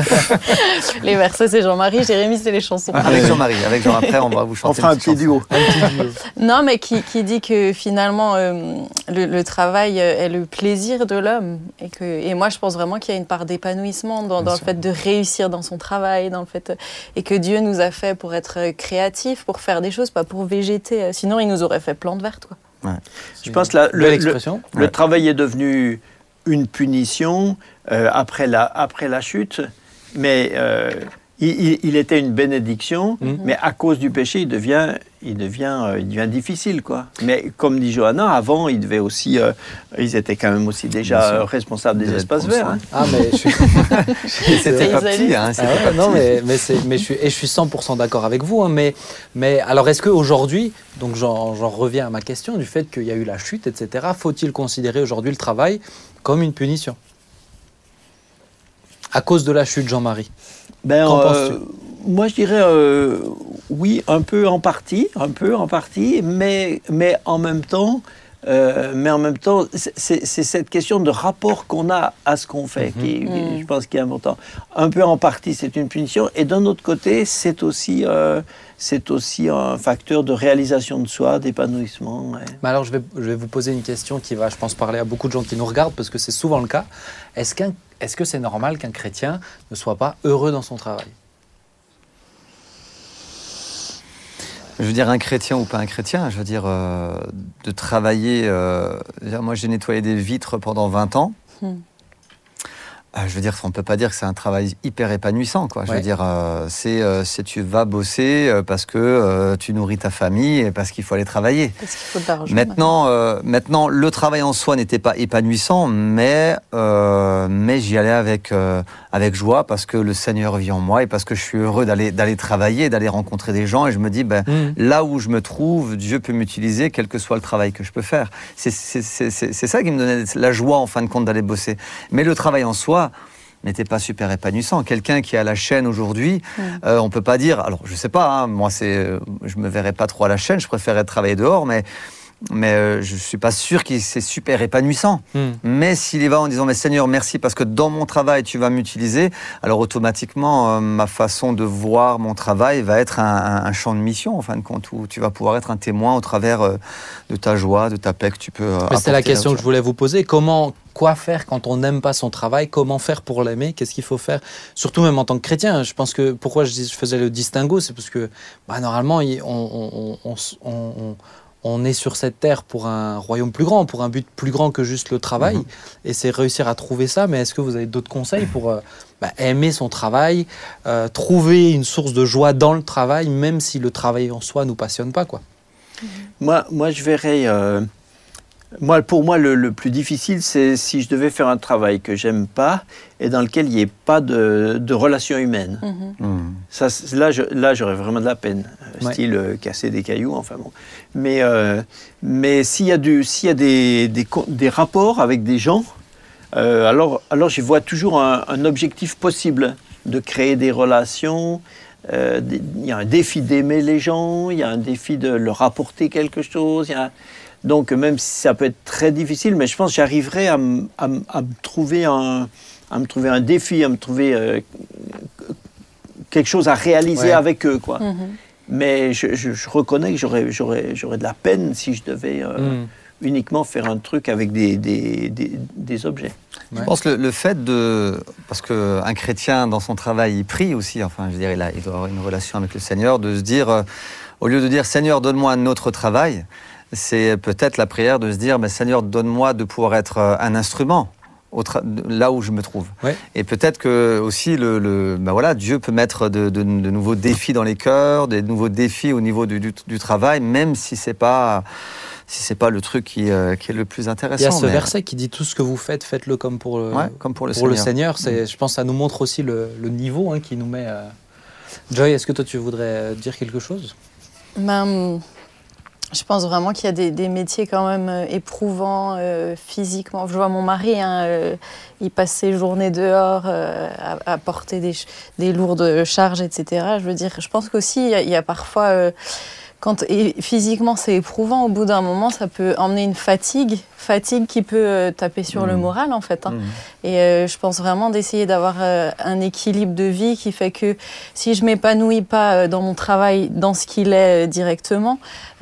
Les versets, c'est Jean-Marie. Jérémy, c'est les chansons. Ah, avec Jean-Marie. Avec Jean, après, on va vous chanter. On fera un petit duo. Un petit duo. Non, mais qui, qui dit que finalement, euh, le, le travail est le plaisir de l'homme. Et, que, et moi, je pense vraiment qu'il y a une part d'épanouissement dans, dans le fait de réussir dans son travail, dans le fait, et que Dieu nous a fait pour être créatifs, pour faire des choses, pas pour végéter. Sinon, il nous aurait fait plante verte, quoi. Ouais. Je pense que la, le, le, le ouais. travail est devenu une punition euh, après, la, après la chute, mais euh, il, il était une bénédiction, mmh. mais à cause du péché, il devient, il devient, euh, il devient difficile, quoi. Mais comme dit Johanna, avant, ils devaient aussi, euh, ils étaient quand même aussi déjà euh, responsables des espaces verts. Hein. Ah, mais je suis... c'était pas petit, hein. Ah ouais, pas non, petit. mais, mais, c'est, mais je suis, et je suis cent pour cent d'accord avec vous. Hein, mais, mais alors, est-ce qu'aujourd'hui, donc j'en, j'en reviens à ma question, du fait qu'il y a eu la chute, et cetera, faut-il considérer aujourd'hui le travail comme une punition ? À cause de la chute, Jean-Marie. Ben, Qu'en euh, penses-tu ? Moi, je dirais euh, oui, un peu en partie, un peu en partie, mais, mais en même temps, euh, mais en même temps, c'est, c'est, c'est cette question de rapport qu'on a à ce qu'on fait mm-hmm. qui, qui, je pense, qui est important. Un peu en partie, c'est une punition, et d'un autre côté, c'est aussi, euh, c'est aussi un facteur de réalisation de soi, d'épanouissement. Ouais. Mais alors, je vais, je vais vous poser une question qui va, je pense, parler à beaucoup de gens qui nous regardent, parce que c'est souvent le cas. Est-ce qu'un Est-ce que c'est normal qu'un chrétien ne soit pas heureux dans son travail ? Je veux dire, un chrétien ou pas un chrétien, je veux dire, euh, de travailler... Euh, moi, j'ai nettoyé des vitres pendant vingt ans. Hmm. Ah, je veux dire, on ne peut pas dire que c'est un travail hyper épanouissant, quoi. Je Ouais. veux dire, euh, c'est, euh, c'est tu vas bosser euh, parce que euh, tu nourris ta famille et parce qu'il faut aller travailler. Parce qu'il faut de l'argent. Maintenant, euh, maintenant, le travail en soi n'était pas épanouissant, mais, euh, mais j'y allais avec, euh, avec joie parce que le Seigneur vit en moi et parce que je suis heureux d'aller, d'aller travailler, d'aller rencontrer des gens. Et je me dis, ben, Mm. là où je me trouve, Dieu peut m'utiliser, quel que soit le travail que je peux faire. C'est, c'est, c'est, c'est, c'est ça qui me donnait la joie, en fin de compte, d'aller bosser. Mais le travail en soi n'était pas super épanouissant. Quelqu'un qui est à la chaîne aujourd'hui, Mm. euh, on peut pas dire, alors je sais pas, hein, moi c'est, euh, je me verrais pas trop à la chaîne, je préférerais travailler dehors, mais mais euh, je suis pas sûr que c'est super épanouissant. Mm. Mais s'il y va en disant, mais Seigneur, merci parce que dans mon travail tu vas m'utiliser, alors automatiquement euh, ma façon de voir mon travail va être un, un, un champ de mission en fin de compte où tu vas pouvoir être un témoin au travers euh, de ta joie, de ta paix que tu peux. Euh, Mais c'était la apporter question là-dessus. que je voulais vous poser. Comment, quoi faire quand on n'aime pas son travail? Comment faire pour l'aimer? Qu'est-ce qu'il faut faire? Surtout même en tant que chrétien. Je pense que pourquoi je, dis, je faisais le distinguo, c'est parce que bah, normalement, il- on, on, on, on, on- on est sur cette terre pour un royaume plus grand, pour un but plus grand que juste le travail. Mhm. Et c'est réussir à trouver ça. Mais est-ce que vous avez d'autres conseils pour euh, bah, aimer son travail, euh, trouver une source de joie dans le travail, même si le travail en soi ne nous passionne pas, quoi? Moi, moi, je verrais. euh, moi, pour moi, le, le plus difficile, c'est si je devais faire un travail que j'aime pas et dans lequel il n'y ait pas de, de relation humaine. Mhm. Mmh. Ça, c'est- là, je- là, j'aurais vraiment de la peine. Euh, Ouais. Style euh, casser des cailloux, enfin bon. Mais, euh, mais s'il y a, du, s'il y a des, des, co- des rapports avec des gens, euh, alors, alors je vois toujours un, un objectif possible de créer des relations. Euh, des- Il y a un défi d'aimer les gens, il y a un défi de leur apporter quelque chose. Il y a, donc, même si ça peut être très difficile, mais je pense que j'arriverai à, m- à m- à me trouver un, à me trouver un défi, à me trouver euh, quelque chose à réaliser Ouais. avec eux, quoi. Mhm. Mais je, je- je reconnais que j'aurais, j'aurais, j'aurais de la peine si je devais euh, Mm. uniquement faire un truc avec des, des, des, des objets. Je Ouais. pense que le, le fait de... Parce qu'un chrétien, dans son travail, il prie aussi, enfin, je veux dire, il, a- il doit avoir une relation avec le Seigneur, de se dire, euh, au lieu de dire, Seigneur, donne-moi un autre travail, c'est peut-être la prière de se dire, mais Seigneur, donne-moi de pouvoir être euh, un instrument. Au tra- là où je me trouve. Ouais. Et peut-être que aussi le, le ben voilà, Dieu peut mettre de, de- de nouveaux défis dans les cœurs, des nouveaux défis au niveau du, du, du travail, même si c'est pas si c'est pas le truc qui, euh, qui est le plus intéressant. Il y a ce mais- verset qui dit tout ce que vous faites, faites-le comme pour le, Ouais, comme pour le pour le Seigneur. Seigneur. C'est, je pense que ça nous montre aussi le, le niveau hein, qui nous met. euh. Joy, est-ce que toi tu voudrais euh, dire quelque chose? Ben, je pense vraiment qu'il y a des, des métiers quand même euh, éprouvants euh, physiquement. Je vois mon mari, hein, euh, il passe ses journées dehors euh, à, à porter des, ch- des lourdes charges, et cetera. Je veux dire, je pense qu'aussi, il y a, il y a parfois, euh, quand et physiquement c'est éprouvant, au bout d'un moment, ça peut emmener une fatigue, fatigue qui peut euh, taper sur le Mhm. moral en fait. hein. Mhm. Et euh, je pense vraiment d'essayer d'avoir euh, un équilibre de vie qui fait que si je m'épanouis pas euh, dans mon travail, dans ce qu'il est euh, directement,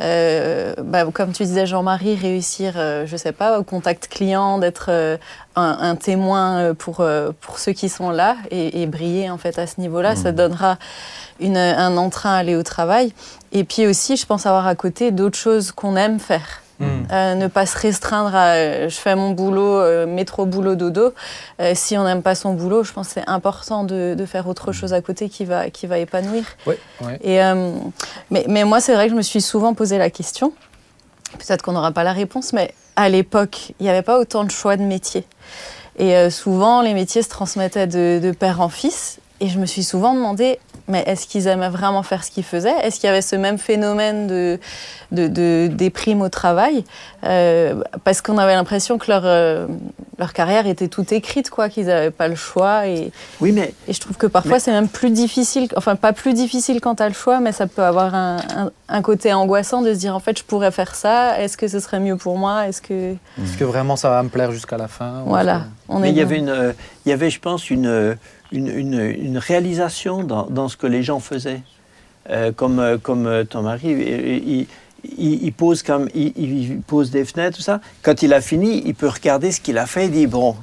euh, bah, comme tu disais Jean-Marie, réussir, euh, je sais pas, au contact client, d'être euh, un, un témoin euh, pour, euh, pour ceux qui sont là et, et briller en fait à ce niveau-là, Mhm. ça donnera une, un entrain à aller au travail. Et puis aussi, je pense avoir à côté d'autres choses qu'on aime faire. Mm. Euh, ne pas se restreindre à euh, je fais mon boulot, euh, métro, boulot, dodo. Euh, si on n'aime pas son boulot, je pense que c'est important de, de faire autre chose à côté qui va, qui va épanouir. Ouais, ouais. Et, euh, mais, mais moi, c'est vrai que je me suis souvent posé la question, peut-être qu'on n'aura pas la réponse, mais à l'époque, il n'y avait pas autant de choix de métiers. Et euh, souvent, les métiers se transmettaient de, de père en fils. Et je me suis souvent demandé, mais est-ce qu'ils aimaient vraiment faire ce qu'ils faisaient? Est-ce qu'il y avait ce même phénomène de, de, de déprime au travail? euh, Parce qu'on avait l'impression que leur, euh, leur carrière était toute écrite, quoi, qu'ils n'avaient pas le choix. Et, Oui, mais et je trouve que parfois, Mais- c'est même plus difficile, enfin pas plus difficile quand tu as le choix, mais ça peut avoir un, un, un côté angoissant de se dire, en fait, je pourrais faire ça, est-ce que ce serait mieux pour moi? Est-ce que... Est-ce que vraiment ça va me plaire jusqu'à la fin? ou Voilà. est-ce que- On Mais est il y bien. avait, une, euh, il y avait, je pense, une, euh, une, une, une réalisation dans, dans ce que les gens faisaient. Euh, comme, euh, comme euh, ton mari, il, il, il, il pose comme, il, il pose des fenêtres, tout ça. Quand il a fini, il peut regarder ce qu'il a fait et dire, bon,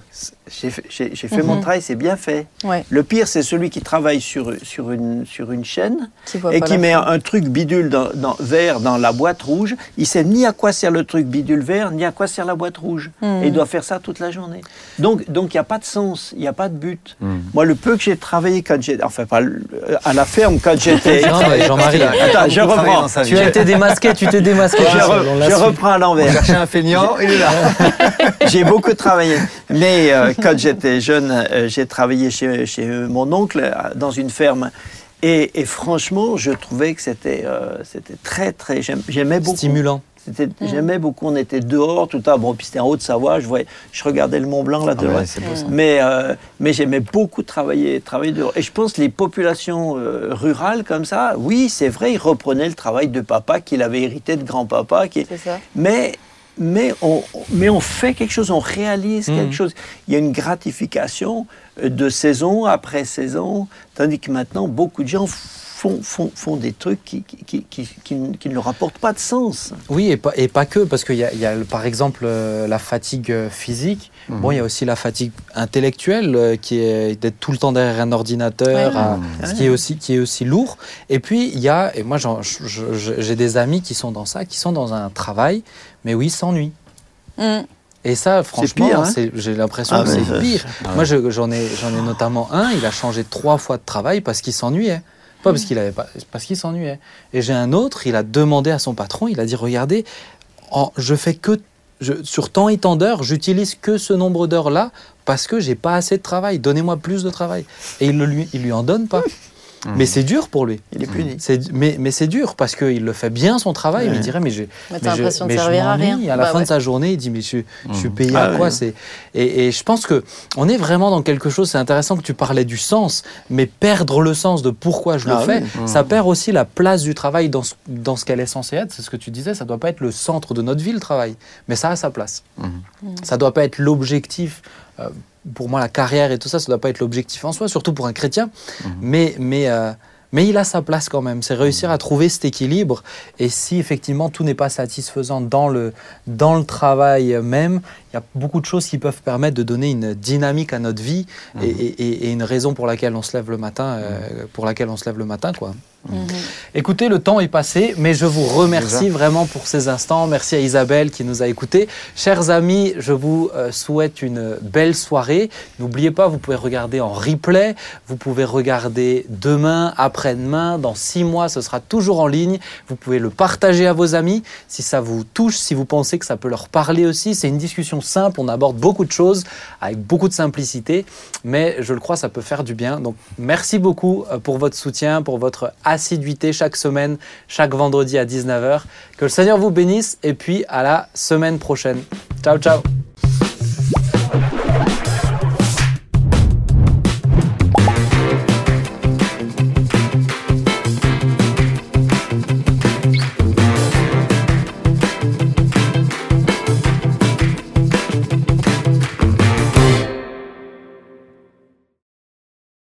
j'ai fait, j'ai, j'ai fait mm-hmm. mon travail, c'est bien fait. Ouais. Le pire, c'est celui qui travaille sur, sur, une, sur une chaîne qui et qui met un, un truc bidule dans, dans, vert dans la boîte rouge. Il ne sait ni à quoi sert le truc bidule vert, ni à quoi sert la boîte rouge. Mm. Et il doit faire ça toute la journée. Donc, donc il n'y a pas de sens, il n'y a pas de but. Mm. Moi, le peu que j'ai travaillé quand j'étais... Enfin, pas à la ferme quand j'étais... Non, mais Jean-Marie, attends, je reprends. Tu as été démasqué, tu t'es démasqué. Je, re, je reprends à l'envers. Chercher un feignant, il est là. J'ai beaucoup travaillé. Mais euh, quand j'étais jeune, euh, j'ai travaillé chez, chez mon oncle euh, dans une ferme. Et, et franchement, je trouvais que c'était, euh, c'était très, très... J'aimais beaucoup. Stimulant. C'était, mmh. J'aimais beaucoup, on était dehors tout le temps. Bon, puis c'était en Haute-Savoie, je, voyais, je regardais le Mont Blanc là dehors. Ah ouais, c'est beau, ça. Mais, euh, mais j'aimais beaucoup travailler, travailler dehors. Et je pense que les populations euh, rurales comme ça, oui, c'est vrai, ils reprenaient le travail de papa qu'il avait hérité de grand-papa. Qui... C'est ça. Mais, mais, on, mais on fait quelque chose, on réalise mmh. quelque chose. Il y a une gratification de saison après saison, tandis que maintenant, beaucoup de gens Font, font, font des trucs qui, qui, qui, qui, qui ne leur apportent pas de sens. Oui, et pas, et pas que, parce qu'il y a, il y a par exemple euh, la fatigue physique. Mmh. Bon, il y a aussi la fatigue intellectuelle, euh, qui est d'être tout le temps derrière un ordinateur, ouais. à, mmh. ce qui est, aussi, qui est aussi lourd. Et puis, il y a, et moi j'en, je, je, j'ai des amis qui sont dans ça, qui sont dans un travail, mais où ils s'ennuient. Mmh. Et ça, franchement, c'est pire, hein c'est, j'ai l'impression ah, que c'est ça, pire. Ah, ouais. Moi, je, j'en, ai, j'en ai notamment un, il a changé trois fois de travail parce qu'il s'ennuyait. Pas parce qu'il avait pas, parce qu'il s'ennuyait. Et j'ai un autre, il a demandé à son patron, il a dit, regardez, en, je fais que, je, sur tant et tant d'heures, j'utilise que ce nombre d'heures-là parce que j'ai pas assez de travail. Donnez-moi plus de travail. Et il ne lui, il lui en donne pas. Mmh. Mais c'est dur pour lui. Il est puni. C'est, mais, mais c'est dur parce qu'il le fait bien son travail. Ouais. Mais il dirait, mais, j'ai, mais, mais, je, mais de je servir à rien. À la bah fin ouais. de sa journée, il dit, mais je, mmh. je suis payé ah, à quoi ouais. c'est... Et, et je pense qu'on est vraiment dans quelque chose, c'est intéressant que tu parlais du sens, mais perdre le sens de pourquoi je ah, le fais, oui. mmh. ça perd aussi la place du travail dans ce, dans ce qu'elle est censée être. C'est ce que tu disais, ça ne doit pas être le centre de notre vie, le travail. Mais ça a sa place. Mmh. Mmh. Ça ne doit pas être l'objectif... Euh, pour moi, la carrière et tout ça, ça ne doit pas être l'objectif en soi, surtout pour un chrétien. Mmh. Mais... mais euh, Mais il a sa place quand même, c'est réussir à trouver cet équilibre. Et si effectivement tout n'est pas satisfaisant dans le, dans le travail même, il y a beaucoup de choses qui peuvent permettre de donner une dynamique à notre vie mmh. et, et, et une raison pour laquelle on se lève le matin, euh, pour laquelle on se lève le matin, quoi. Mmh. Écoutez, le temps est passé, mais je vous remercie Déjà. vraiment pour ces instants. Merci à Isabelle qui nous a écoutés. Chers amis, je vous euh, souhaite une belle soirée. N'oubliez pas, vous pouvez regarder en replay, vous pouvez regarder demain, après-demain, dans six mois, ce sera toujours en ligne. Vous pouvez le partager à vos amis si ça vous touche, si vous pensez que ça peut leur parler aussi. C'est une discussion simple, on aborde beaucoup de choses avec beaucoup de simplicité, mais je le crois, ça peut faire du bien. Donc, merci beaucoup pour votre soutien, pour votre assiduité chaque semaine, chaque vendredi à dix-neuf heures. Que le Seigneur vous bénisse et puis à la semaine prochaine. Ciao, ciao.